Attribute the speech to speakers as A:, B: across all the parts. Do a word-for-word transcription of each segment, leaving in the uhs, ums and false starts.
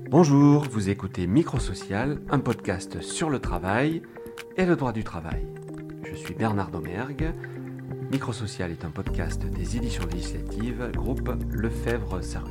A: Bonjour, vous écoutez Microsocial, un podcast sur le travail et le droit du travail. Je suis Bernard Domergue. Microsocial est un podcast des éditions législatives, groupe Lefebvre-Sarrut.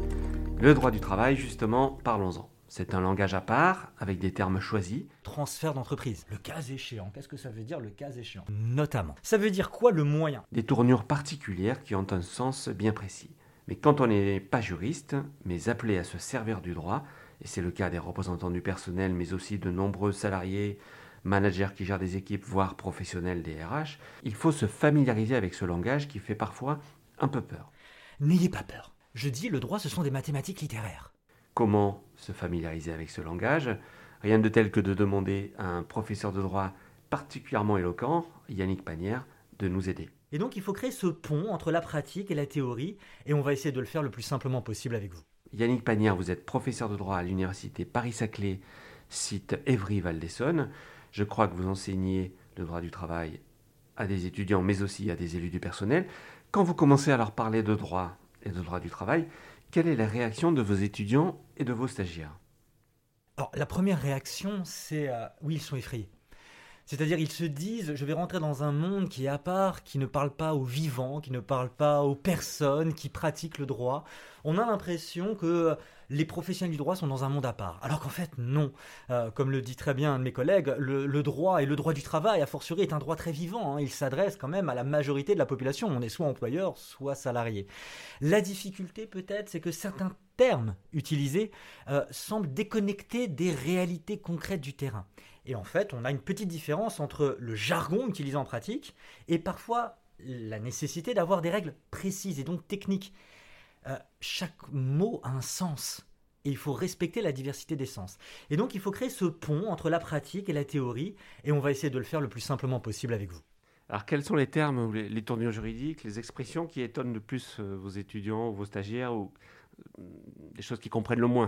A: Le droit du travail, justement, parlons-en. C'est un langage à part, avec des termes choisis.
B: Transfert d'entreprise, le cas échéant. Qu'est-ce que ça veut dire, le cas échéant ? Notamment. Ça veut dire quoi, le moyen ?
A: Des tournures particulières qui ont un sens bien précis. Mais quand on n'est pas juriste, mais appelé à se servir du droit, et c'est le cas des représentants du personnel, mais aussi de nombreux salariés, managers qui gèrent des équipes, voire professionnels des R H, il faut se familiariser avec ce langage qui fait parfois un peu peur.
B: N'ayez pas peur. Je dis, le droit, ce sont des mathématiques littéraires.
A: Comment se familiariser avec ce langage ? Rien de tel que de demander à un professeur de droit particulièrement éloquent, Yannick Panière, de nous aider.
B: Et donc, il faut créer ce pont entre la pratique et la théorie, et on va essayer de le faire le plus simplement possible avec vous.
A: Yannick Panière, vous êtes professeur de droit à l'université Paris-Saclay, site Évry-Val d'Essonne. Je crois que vous enseignez le droit du travail à des étudiants, mais aussi à des élus du personnel. Quand vous commencez à leur parler de droit et de droit du travail, quelle est la réaction de vos étudiants et de vos stagiaires ?
B: Alors, la première réaction, c'est euh, oui, ils sont effrayés. C'est-à-dire, ils se disent, je vais rentrer dans un monde qui est à part, qui ne parle pas aux vivants, qui ne parle pas aux personnes qui pratiquent le droit. On a l'impression que les professionnels du droit sont dans un monde à part. Alors qu'en fait, non. Euh, comme le dit très bien un de mes collègues, le, le droit et le droit du travail, a fortiori, est un droit très vivant. Hein. Il s'adresse quand même à la majorité de la population. On est soit employeur, soit salarié. La difficulté, peut-être, c'est que certains termes utilisés euh, semblent déconnectés des réalités concrètes du terrain. Et en fait, on a une petite différence entre le jargon utilisé en pratique et parfois la nécessité d'avoir des règles précises et donc techniques. Euh, chaque mot a un sens et il faut respecter la diversité des sens. Et donc, il faut créer ce pont entre la pratique et la théorie et on va essayer de le faire le plus simplement possible avec vous.
A: Alors, quels sont les termes ou les, les tournures juridiques, les expressions qui étonnent le plus euh, vos étudiants ou vos stagiaires ou euh, les choses qu'ils comprennent le moins ?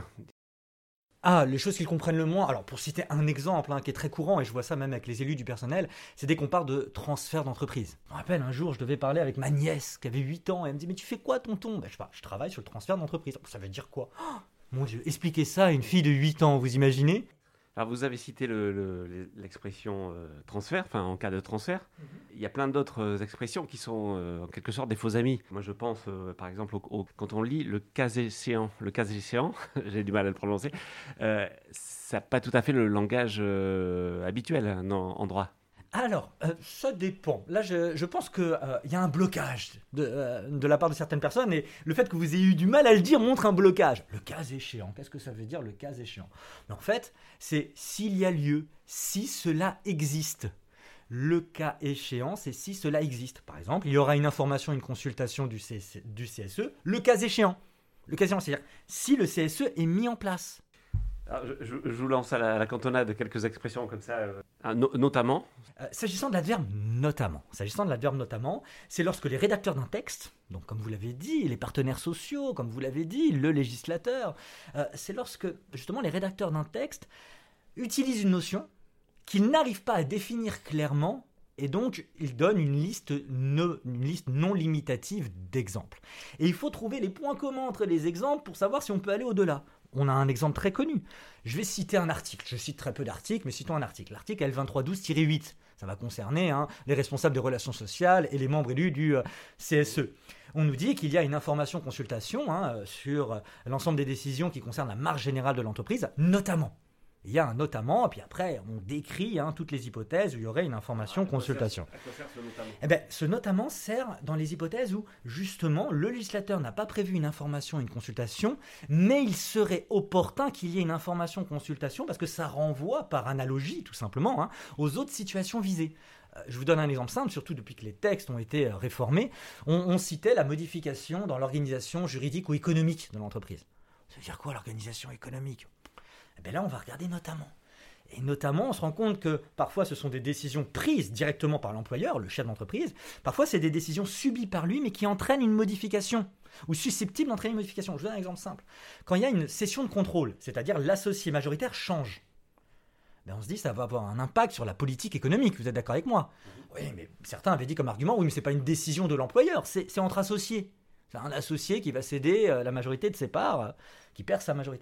B: Ah, les choses qu'ils comprennent le moins. Alors, pour citer un exemple hein, qui est très courant, et je vois ça même avec les élus du personnel, c'est dès qu'on parle de transfert d'entreprise. Je me rappelle, un jour, je devais parler avec ma nièce qui avait huit ans, et elle me dit « Mais tu fais quoi, tonton ?» Ben, je sais pas, je travaille sur le transfert d'entreprise. Ça veut dire quoi ? Oh, mon Dieu, expliquez ça à une fille de huit ans, vous imaginez ?
A: Alors, vous avez cité le, le, l'expression euh, transfert, enfin en cas de transfert. Mm-hmm. Il y a plein d'autres euh, expressions qui sont euh, en quelque sorte des faux amis. Moi, je pense euh, par exemple au, au, quand on lit le cas échéant, le cas échéant, j'ai du mal à le prononcer, euh, ça n'a pas tout à fait le langage euh, habituel hein, en, en droit.
B: Alors, euh, ça dépend. Là, je, je pense qu'il euh, y a un blocage de, euh, de la part de certaines personnes et le fait que vous ayez eu du mal à le dire montre un blocage. Le cas échéant, qu'est-ce que ça veut dire le cas échéant ? Mais en fait, c'est s'il y a lieu, si cela existe. Le cas échéant, c'est si cela existe. Par exemple, il y aura une information, une consultation du, C S, du C S E, le cas échéant. Le cas échéant, c'est-à-dire si le C S E est mis en place.
A: Alors, je, je, je vous lance à la, à la cantonade quelques expressions comme ça, euh, no, notamment.
B: Euh, s'agissant de l'adverbe notamment, s'agissant de l'adverbe notamment, c'est lorsque les rédacteurs d'un texte, donc comme vous l'avez dit, les partenaires sociaux, comme vous l'avez dit, le législateur, euh, c'est lorsque justement les rédacteurs d'un texte utilisent une notion qu'ils n'arrivent pas à définir clairement et donc ils donnent une liste, ne, une liste non limitative d'exemples. Et il faut trouver les points communs entre les exemples pour savoir si on peut aller au-delà. On a un exemple très connu. Je vais citer un article. Je cite très peu d'articles, mais citons un article. L'article L vingt-trois douze tiret huit. Ça va concerner hein, les responsables des relations sociales et les membres élus du euh, C S E. On nous dit qu'il y a une information-consultation hein, sur l'ensemble des décisions qui concernent la marge générale de l'entreprise, notamment. Il y a un notamment, et puis après, on décrit hein, toutes les hypothèses où il y aurait une information-consultation.
A: À quoi sert ce notamment ?
B: Eh bien, ce notamment sert dans les hypothèses où, justement, le législateur n'a pas prévu une information, une consultation, mais il serait opportun qu'il y ait une information-consultation parce que ça renvoie, par analogie, tout simplement, hein, aux autres situations visées. Euh, je vous donne un exemple simple, surtout depuis que les textes ont été euh, réformés. On, on citait la modification dans l'organisation juridique ou économique de l'entreprise. Ça veut dire quoi, l'organisation économique ? Eh bien là, on va regarder notamment. Et notamment, on se rend compte que parfois, ce sont des décisions prises directement par l'employeur, le chef d'entreprise. Parfois, c'est des décisions subies par lui, mais qui entraînent une modification ou susceptibles d'entraîner une modification. Je vous donne un exemple simple. Quand il y a une session de contrôle, c'est-à-dire l'associé majoritaire change, ben on se dit que ça va avoir un impact sur la politique économique. Vous êtes d'accord avec moi ? Oui, mais certains avaient dit comme argument, oui, mais ce n'est pas une décision de l'employeur, c'est, c'est entre associés. C'est un associé qui va céder la majorité de ses parts, qui perd sa majorité.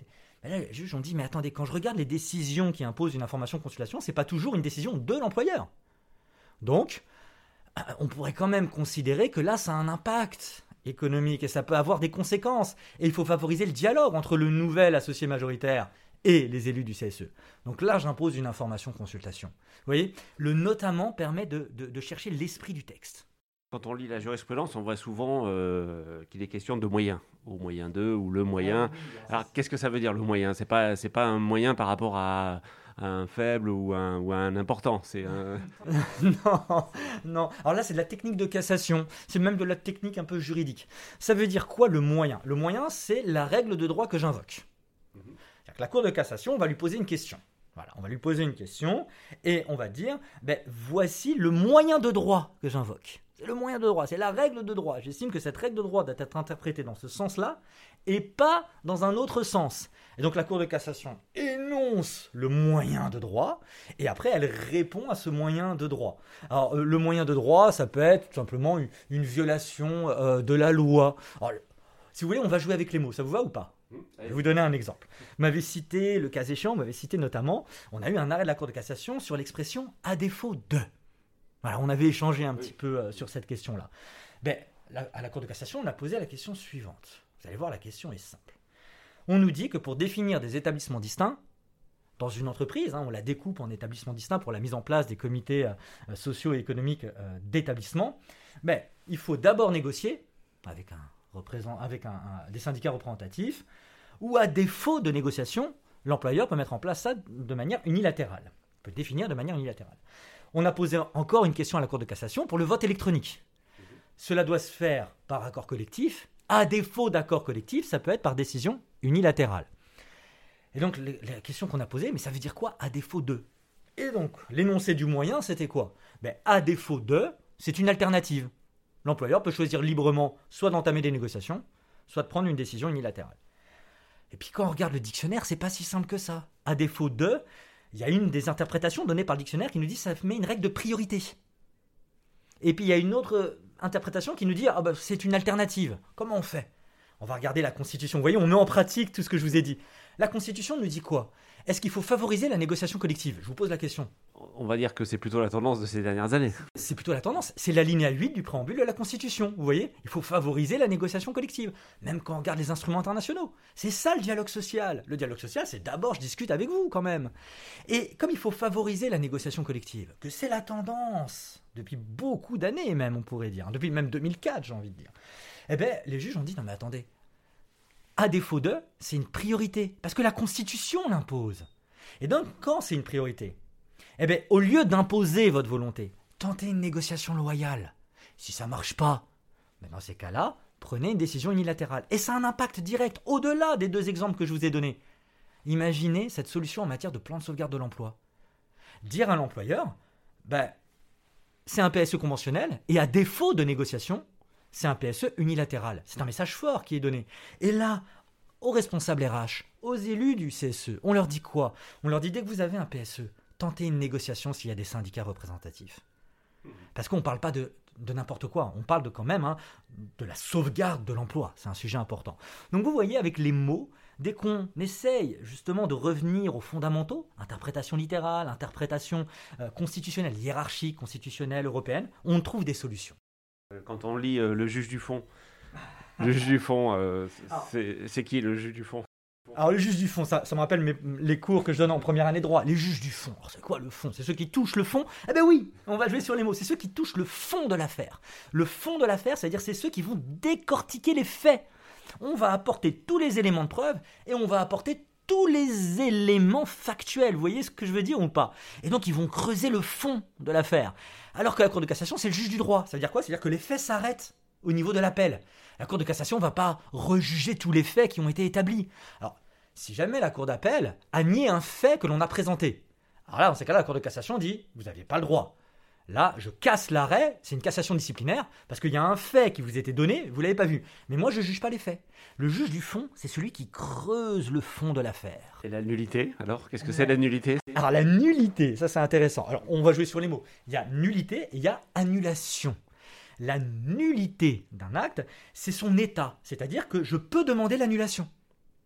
B: Ben là, les juges ont dit, mais attendez, quand je regarde les décisions qui imposent une information de consultation, ce n'est pas toujours une décision de l'employeur. Donc, on pourrait quand même considérer que là, ça a un impact économique et ça peut avoir des conséquences. Et il faut favoriser le dialogue entre le nouvel associé majoritaire et les élus du C S E. Donc là, j'impose une information consultation. Vous voyez, le notamment permet de, de, de chercher l'esprit du texte.
A: Quand on lit la jurisprudence, on voit souvent euh, qu'il est question de moyens, ou moyen deux, ou le moyen. Alors, qu'est-ce que ça veut dire, le moyen ? C'est pas, c'est pas un moyen par rapport à, à un faible ou un, ou à un important. C'est un...
B: non, non. Alors là, c'est de la technique de cassation. C'est même de la technique un peu juridique. Ça veut dire quoi, le moyen ? Le moyen, c'est la règle de droit que j'invoque. C'est-à-dire que la Cour de cassation, on va lui poser une question. Voilà, on va lui poser une question et on va dire, ben, voici le moyen de droit que j'invoque. C'est le moyen de droit, c'est la règle de droit. J'estime que cette règle de droit doit être interprétée dans ce sens-là et pas dans un autre sens. Et donc la Cour de cassation énonce le moyen de droit et après elle répond à ce moyen de droit. Alors euh, le moyen de droit, ça peut être tout simplement une, une violation euh, de la loi. Alors, si vous voulez, on va jouer avec les mots, ça vous va ou pas ? Je vais vous donner un exemple. Vous m'avez cité, le cas échéant, vous m'avez cité notamment, on a eu un arrêt de la Cour de cassation sur l'expression « à défaut de ». Voilà, on avait échangé un oui. petit peu euh, sur cette question-là. Ben, la, à la Cour de cassation, on a posé la question suivante. Vous allez voir, la question est simple. On nous dit que pour définir des établissements distincts, dans une entreprise, hein, on la découpe en établissements distincts pour la mise en place des comités euh, sociaux et économiques euh, d'établissement, ben, il faut d'abord négocier avec, un représent, avec un, un, des syndicats représentatifs, ou à défaut de négociation, l'employeur peut mettre en place ça de manière unilatérale, peut définir de manière unilatérale. On a posé encore une question à la Cour de cassation pour le vote électronique. Mmh. Cela doit se faire par accord collectif. À défaut d'accord collectif, ça peut être par décision unilatérale. Et donc, la question qu'on a posée, mais ça veut dire quoi à défaut de ? Et donc, l'énoncé du moyen, c'était quoi ? Ben, à défaut de, c'est une alternative. L'employeur peut choisir librement soit d'entamer des négociations, soit de prendre une décision unilatérale. Et puis quand on regarde le dictionnaire, c'est pas si simple que ça. À défaut de, il y a une des interprétations données par le dictionnaire qui nous dit que ça met une règle de priorité. Et puis il y a une autre interprétation qui nous dit ah bah, c'est une alternative. Comment on fait ? On va regarder la Constitution. Vous voyez, on met en pratique tout ce que je vous ai dit. La Constitution nous dit quoi ? Est-ce qu'il faut favoriser la négociation collective ? Je vous pose la question.
A: On va dire que c'est plutôt la tendance de ces dernières années.
B: C'est plutôt la tendance. C'est l'alinéa huit du préambule de la Constitution. Vous voyez ? Il faut favoriser la négociation collective. Même quand on regarde les instruments internationaux. C'est ça le dialogue social. Le dialogue social, c'est d'abord je discute avec vous quand même. Et comme il faut favoriser la négociation collective, que c'est la tendance depuis beaucoup d'années même, on pourrait dire. Depuis même deux mille quatre, j'ai envie de dire. Eh bien, les juges ont dit non mais attendez. À défaut de, c'est une priorité. Parce que la Constitution l'impose. Et donc, quand c'est une priorité, eh bien, au lieu d'imposer votre volonté, tentez une négociation loyale. Si ça ne marche pas, mais dans ces cas-là, prenez une décision unilatérale. Et ça a un impact direct, au-delà des deux exemples que je vous ai donnés. Imaginez cette solution en matière de plan de sauvegarde de l'emploi. Dire à l'employeur, ben, c'est un P S E conventionnel, et à défaut de négociation, c'est un P S E unilatéral. C'est un message fort qui est donné. Et là, aux responsables R H, aux élus du C S E, on leur dit quoi ? On leur dit dès que vous avez un P S E, tentez une négociation s'il y a des syndicats représentatifs. Parce qu'on ne parle pas de, de n'importe quoi. On parle de quand même hein, de la sauvegarde de l'emploi. C'est un sujet important. Donc vous voyez, avec les mots, dès qu'on essaye justement de revenir aux fondamentaux, interprétation littérale, interprétation euh, constitutionnelle, hiérarchique, constitutionnelle, européenne, on trouve des solutions.
A: Quand on lit euh, le juge du fond, le juge du fond, euh, c'est, c'est qui le juge du fond ?
B: Alors le juge du fond, ça, ça me rappelle mes, les cours que je donne en première année de droit. Les juges du fond, alors, c'est quoi le fond ? C'est ceux qui touchent le fond ? Eh bien oui, on va jouer sur les mots, c'est ceux qui touchent le fond de l'affaire. Le fond de l'affaire, c'est-à-dire c'est ceux qui vont décortiquer les faits. On va apporter tous les éléments de preuve et on va apporter tous les éléments factuels. Vous voyez ce que je veux dire ou pas ? Et donc ils vont creuser le fond de l'affaire. Alors que la Cour de cassation, c'est le juge du droit. Ça veut dire quoi ? C'est-à-dire que les faits s'arrêtent au niveau de l'appel. La Cour de cassation ne va pas rejuger tous les faits qui ont été établis. Alors, si jamais la Cour d'appel a nié un fait que l'on a présenté, alors là, dans ces cas-là, la Cour de cassation dit « vous n'aviez pas le droit ». Là, je casse l'arrêt, c'est une cassation disciplinaire, parce qu'il y a un fait qui vous était donné, vous ne l'avez pas vu. Mais moi, je ne juge pas les faits. Le juge du fond, c'est celui qui creuse le fond de l'affaire.
A: Et la nullité, alors ? Qu'est-ce que c'est la nullité ?
B: Alors, la nullité, ça c'est intéressant. Alors, on va jouer sur les mots. Il y a nullité et il y a annulation. La nullité d'un acte, c'est son état, c'est-à-dire que je peux demander l'annulation.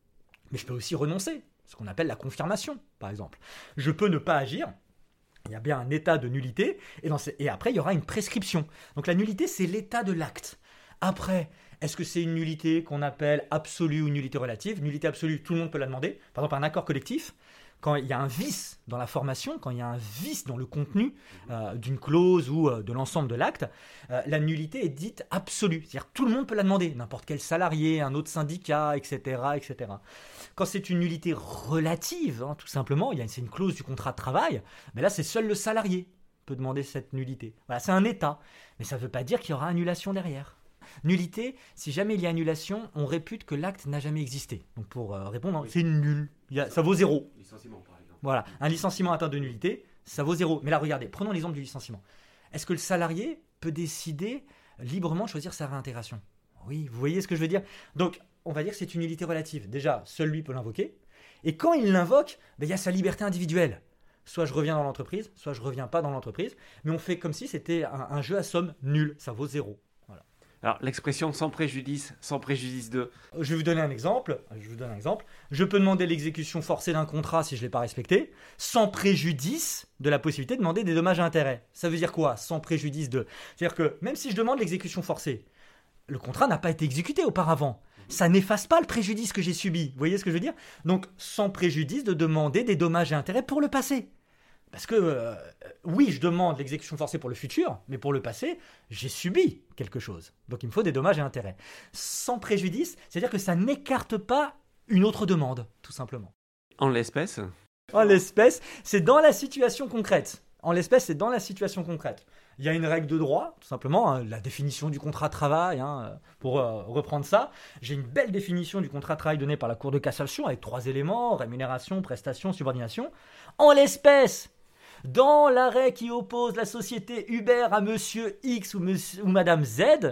B: Mais je peux aussi renoncer, ce qu'on appelle la confirmation, par exemple. Je peux ne pas agir. Il y a bien un état de nullité, et, dans ces... et après, il y aura une prescription. Donc la nullité, c'est l'état de l'acte. Après, est-ce que c'est une nullité qu'on appelle absolue ou une nullité relative ? Nullité absolue, tout le monde peut la demander. Par exemple, un accord collectif, quand il y a un vice dans la formation, quand il y a un vice dans le contenu euh, d'une clause ou euh, de l'ensemble de l'acte, euh, la nullité est dite absolue. C'est-à-dire tout le monde peut la demander, n'importe quel salarié, un autre syndicat, et cetera, et cetera. Quand c'est une nullité relative, hein, tout simplement, il y a, c'est une clause du contrat de travail, mais là c'est seul le salarié peut demander cette nullité. Voilà, c'est un état, mais ça ne veut pas dire qu'il y aura annulation derrière. Nullité, si jamais il y a annulation, on répute que l'acte n'a jamais existé. Donc pour euh, répondre, oui. C'est nul, il y a, ça vaut zéro.
A: Licenciement par exemple.
B: Voilà, un licenciement atteint de nullité, ça vaut zéro. Mais là, regardez, prenons l'exemple du licenciement. Est-ce que le salarié peut décider librement choisir sa réintégration ? Oui, vous voyez ce que je veux dire ? Donc, on va dire que c'est une nullité relative. Déjà, seul lui peut l'invoquer. Et quand il l'invoque, ben, il y a sa liberté individuelle. Soit je reviens dans l'entreprise, soit je ne reviens pas dans l'entreprise. Mais on fait comme si c'était un, un jeu à somme nulle, ça vaut zéro.
A: Alors, l'expression sans préjudice, sans préjudice de...
B: Je vais vous donner un exemple. Je vous donne un exemple. Je peux demander l'exécution forcée d'un contrat si je ne l'ai pas respecté, sans préjudice de la possibilité de demander des dommages et intérêts. Ça veut dire quoi ? Sans préjudice de... C'est-à-dire que même si je demande l'exécution forcée, le contrat n'a pas été exécuté auparavant. Ça n'efface pas le préjudice que j'ai subi. Vous voyez ce que je veux dire ? Donc, sans préjudice de demander des dommages et intérêts pour le passé. Parce que, euh, oui, je demande l'exécution forcée pour le futur, mais pour le passé, j'ai subi quelque chose. Donc, il me faut des dommages et intérêts. Sans préjudice, c'est-à-dire que ça n'écarte pas une autre demande, tout simplement.
A: En l'espèce ?
B: En l'espèce, c'est dans la situation concrète. En l'espèce, c'est dans la situation concrète. Il y a une règle de droit, tout simplement, hein, la définition du contrat de travail, hein, pour euh, reprendre ça. J'ai une belle définition du contrat de travail donnée par la Cour de cassation avec trois éléments, rémunération, prestation, subordination. En l'espèce, dans l'arrêt qui oppose la société Uber à monsieur X ou, monsieur, ou madame Z,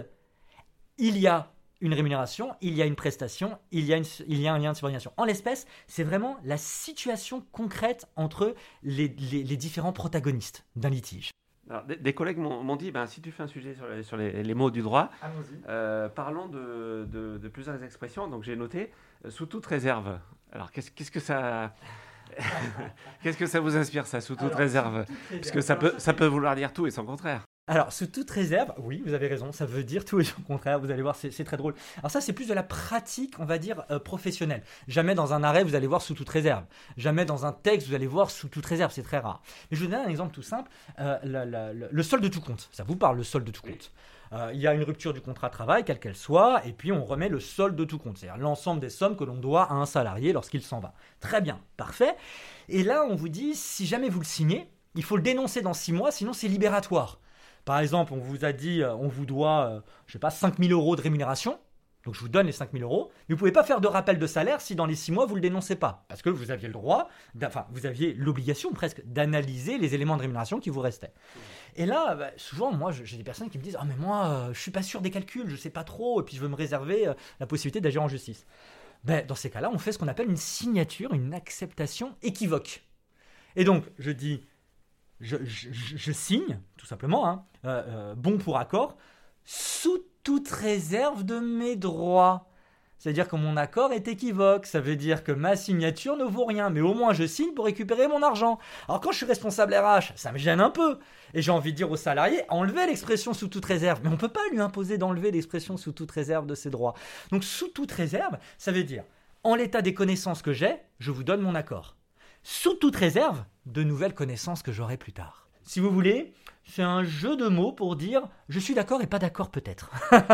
B: il y a une rémunération, il y a une prestation, il y a, une, il y a un lien de subordination. En l'espèce, c'est vraiment la situation concrète entre les, les, les différents protagonistes d'un litige.
A: Alors, des, des collègues m'ont, m'ont dit, ben, si tu fais un sujet sur les, sur les, les mots du droit, euh, parlons de, de, de plusieurs expressions. Donc j'ai noté euh, sous toute réserve. Alors qu'est-ce, qu'est-ce que ça... Qu'est-ce que ça vous inspire, ça, sous toute Alors, réserve, sous toute réserve. Parce que ça peut, ça peut vouloir dire tout et son contraire.
B: Alors, sous toute réserve, oui, vous avez raison, ça veut dire tout et son contraire, vous allez voir, c'est, c'est très drôle. Alors ça, c'est plus de la pratique, on va dire, euh, professionnelle. Jamais dans un arrêt, vous allez voir sous toute réserve. Jamais dans un texte, vous allez voir sous toute réserve, c'est très rare. Mais je vais vous donner un exemple tout simple, euh, la, la, la, le solde de tout compte. Ça vous parle, le solde de tout compte. Euh, il y a une rupture du contrat de travail, quelle qu'elle soit, et puis on remet le solde de tout compte, c'est-à-dire l'ensemble des sommes que l'on doit à un salarié lorsqu'il s'en va. Très bien, parfait. Et là, on vous dit, si jamais vous le signez, il faut le dénoncer dans six mois, sinon c'est libératoire. Par exemple, on vous a dit, on vous doit, euh, je sais pas, cinq mille euros de rémunération. Donc, je vous donne les cinq mille euros. Mais vous ne pouvez pas faire de rappel de salaire si dans les six mois, vous ne le dénoncez pas. Parce que vous aviez le droit, enfin, vous aviez l'obligation presque d'analyser les éléments de rémunération qui vous restaient. Et là, bah, souvent, moi, j'ai des personnes qui me disent « Ah, mais moi, euh, je ne suis pas sûr des calculs, je ne sais pas trop, et puis je veux me réserver euh, la possibilité d'agir en justice. » Ben, dans ces cas-là, on fait ce qu'on appelle une signature, une acceptation équivoque. Et donc, je dis... Je, je, je signe, tout simplement, hein, euh, euh, bon pour accord, sous toute réserve de mes droits. C'est-à-dire que mon accord est équivoque. Ça veut dire que ma signature ne vaut rien, mais au moins je signe pour récupérer mon argent. Alors quand je suis responsable R H, ça me gêne un peu. Et j'ai envie de dire aux salariés, enlevez l'expression sous toute réserve. Mais on ne peut pas lui imposer d'enlever l'expression sous toute réserve de ses droits. Donc sous toute réserve, ça veut dire, en l'état des connaissances que j'ai, je vous donne mon accord. Sous toute réserve, de nouvelles connaissances que j'aurai plus tard. Si vous voulez, c'est un jeu de mots pour dire je suis d'accord et pas d'accord peut-être.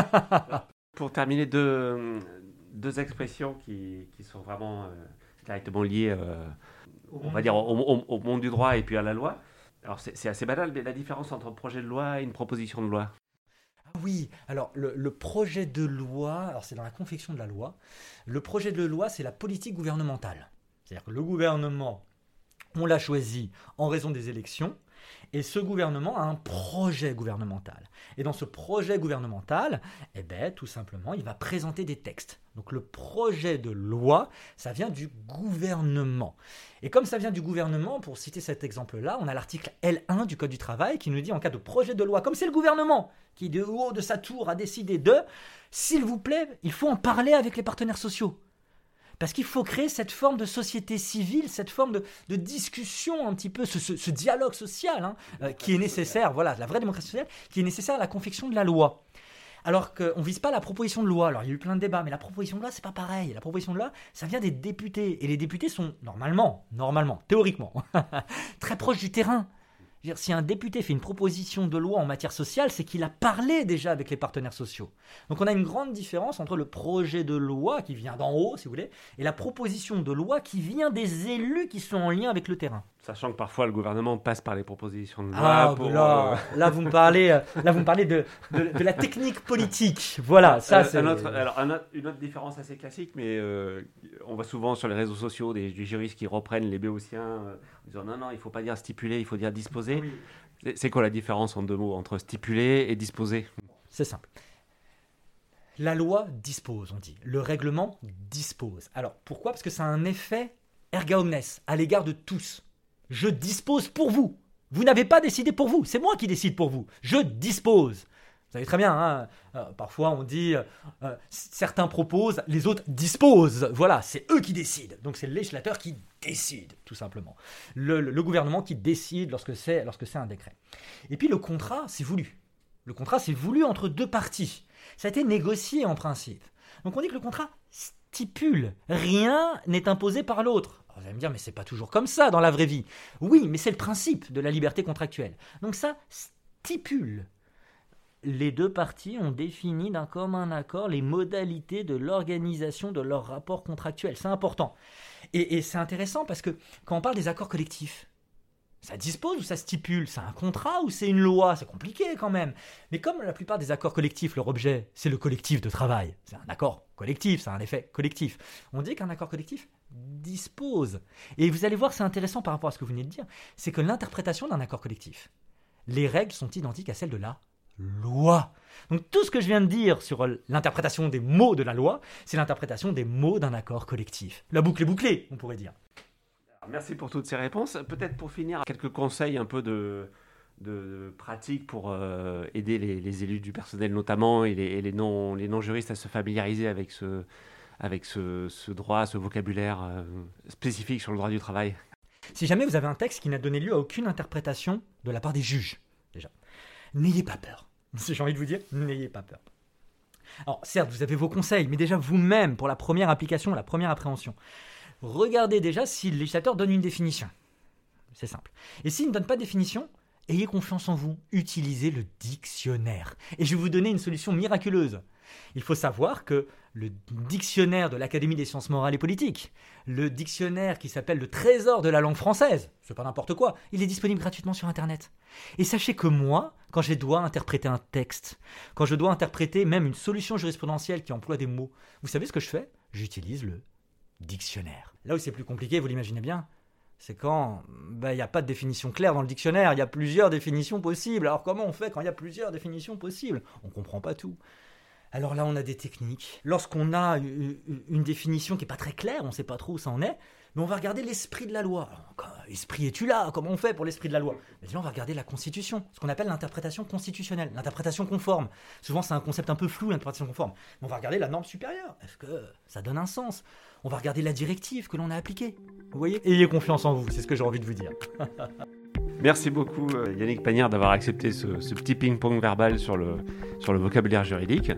A: Pour terminer, deux, deux expressions qui, qui sont vraiment euh, directement liées, euh, on va dire, au, au, au monde du droit et puis à la loi. Alors c'est, c'est assez banal, mais la différence entre un projet de loi et une proposition de loi.
B: Oui, alors le, le projet de loi, alors c'est dans la confection de la loi, le projet de loi c'est la politique gouvernementale. C'est-à-dire que le gouvernement, on l'a choisi en raison des élections, et ce gouvernement a un projet gouvernemental. Et dans ce projet gouvernemental, eh ben, tout simplement, il va présenter des textes. Donc le projet de loi, ça vient du gouvernement. Et comme ça vient du gouvernement, pour citer cet exemple-là, on a l'article L un du Code du travail qui nous dit en cas de projet de loi, comme c'est le gouvernement qui de haut de sa tour a décidé de, s'il vous plaît, il faut en parler avec les partenaires sociaux. Parce qu'il faut créer cette forme de société civile, cette forme de, de discussion un petit peu, ce, ce, ce dialogue social hein, euh, qui est nécessaire, voilà, la vraie démocratie sociale, qui est nécessaire à la confection de la loi. Alors qu'on ne vise pas la proposition de loi. Alors il y a eu plein de débats, mais la proposition de loi, c'est pas pareil. La proposition de loi, ça vient des députés. Et les députés sont normalement, normalement, théoriquement, très proches du terrain. Je veux dire, si un député fait une proposition de loi en matière sociale, c'est qu'il a parlé déjà avec les partenaires sociaux. Donc on a une grande différence entre le projet de loi qui vient d'en haut, si vous voulez, et la proposition de loi qui vient des élus qui sont en lien avec le terrain.
A: Sachant que parfois le gouvernement passe par les propositions de loi.
B: Ah,
A: pour,
B: là,
A: euh...
B: là, vous me parlez, là, vous me parlez de, de, de la technique politique. Voilà, ça
A: euh,
B: c'est...
A: Un autre, alors, un autre, une autre différence assez classique, mais euh, on voit souvent sur les réseaux sociaux des, des juristes qui reprennent les béotiens euh, en disant non, non, il ne faut pas dire stipuler, il faut dire disposer. Oui. C'est, c'est quoi la différence en deux mots entre stipuler et disposer ?
B: C'est simple. La loi dispose, on dit. Le règlement dispose. Alors, pourquoi ? Parce que ça a un effet erga omnes, à l'égard de tous. Je dispose pour vous. Vous n'avez pas décidé pour vous. C'est moi qui décide pour vous. Je dispose. Vous savez très bien, hein, euh, parfois on dit euh, certains proposent, les autres disposent. Voilà, c'est eux qui décident. Donc c'est le législateur qui décide, tout simplement. Le, le, le gouvernement qui décide lorsque c'est, lorsque c'est un décret. Et puis le contrat, c'est voulu. Le contrat, c'est voulu entre deux parties. Ça a été négocié en principe. Donc on dit que le contrat stipule. Rien n'est imposé par l'autre. Alors vous allez me dire, mais c'est pas toujours comme ça dans la vraie vie. Oui, mais c'est le principe de la liberté contractuelle. Donc ça stipule. Les deux parties ont défini d'un commun accord les modalités de l'organisation de leur rapport contractuel. C'est important. Et, et c'est intéressant parce que quand on parle des accords collectifs, ça dispose ou ça stipule ? C'est un contrat ou c'est une loi ? C'est compliqué quand même. Mais comme la plupart des accords collectifs, leur objet, c'est le collectif de travail. C'est un accord collectif, ça a un effet collectif. On dit qu'un accord collectif dispose. Et vous allez voir, c'est intéressant par rapport à ce que vous venez de dire, c'est que l'interprétation d'un accord collectif, les règles sont identiques à celles de la loi. Donc tout ce que je viens de dire sur l'interprétation des mots de la loi, c'est l'interprétation des mots d'un accord collectif. La boucle est bouclée, on pourrait dire.
A: Merci pour toutes ces réponses. Peut-être pour finir, quelques conseils un peu de, de, de pratique pour euh, aider les, les élus du personnel notamment et les, et les, non, les non-juristes à se familiariser avec ce, avec ce, ce droit, ce vocabulaire euh, spécifique sur le droit du travail.
B: Si jamais vous avez un texte qui n'a donné lieu à aucune interprétation de la part des juges, déjà, n'ayez pas peur. J'ai envie de vous dire, n'ayez pas peur. Alors certes, vous avez vos conseils, mais déjà vous-même, pour la première application, la première appréhension, regardez déjà si le législateur donne une définition. C'est simple. Et s'il ne donne pas de définition, ayez confiance en vous. Utilisez le dictionnaire. Et je vais vous donner une solution miraculeuse. Il faut savoir que le dictionnaire de l'Académie des sciences morales et politiques, le dictionnaire qui s'appelle le trésor de la langue française, c'est pas n'importe quoi, il est disponible gratuitement sur Internet. Et sachez que moi, quand je dois interpréter un texte, quand je dois interpréter même une solution jurisprudentielle qui emploie des mots, vous savez ce que je fais ? J'utilise le dictionnaire. Là où c'est plus compliqué, vous l'imaginez bien, c'est quand il bah, n'y a pas de définition claire dans le dictionnaire, il y a plusieurs définitions possibles. Alors comment on fait quand il y a plusieurs définitions possibles ? On ne comprend pas tout. Alors là, on a des techniques. Lorsqu'on a une définition qui n'est pas très claire, on ne sait pas trop où ça en est, mais on va regarder l'esprit de la loi. Alors, esprit, es-tu là ? Comment on fait pour l'esprit de la loi ? Mais là, on va regarder la Constitution, ce qu'on appelle l'interprétation constitutionnelle, l'interprétation conforme. Souvent, c'est un concept un peu flou, l'interprétation conforme. Mais on va regarder la norme supérieure. Est-ce que ça donne un sens ? On va regarder la directive que l'on a appliquée. Vous voyez ? Ayez confiance en vous, c'est ce que j'ai envie de vous dire.
A: Merci beaucoup Yannick Pagnard d'avoir accepté ce, ce petit ping-pong verbal sur le, sur le vocabulaire juridique.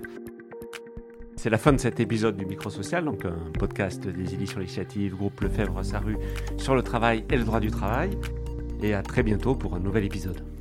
A: C'est la fin de cet épisode du Microsocial, donc un podcast des éditions législatives, groupe Lefebvre-Sarrut sur le travail et le droit du travail. Et à très bientôt pour un nouvel épisode.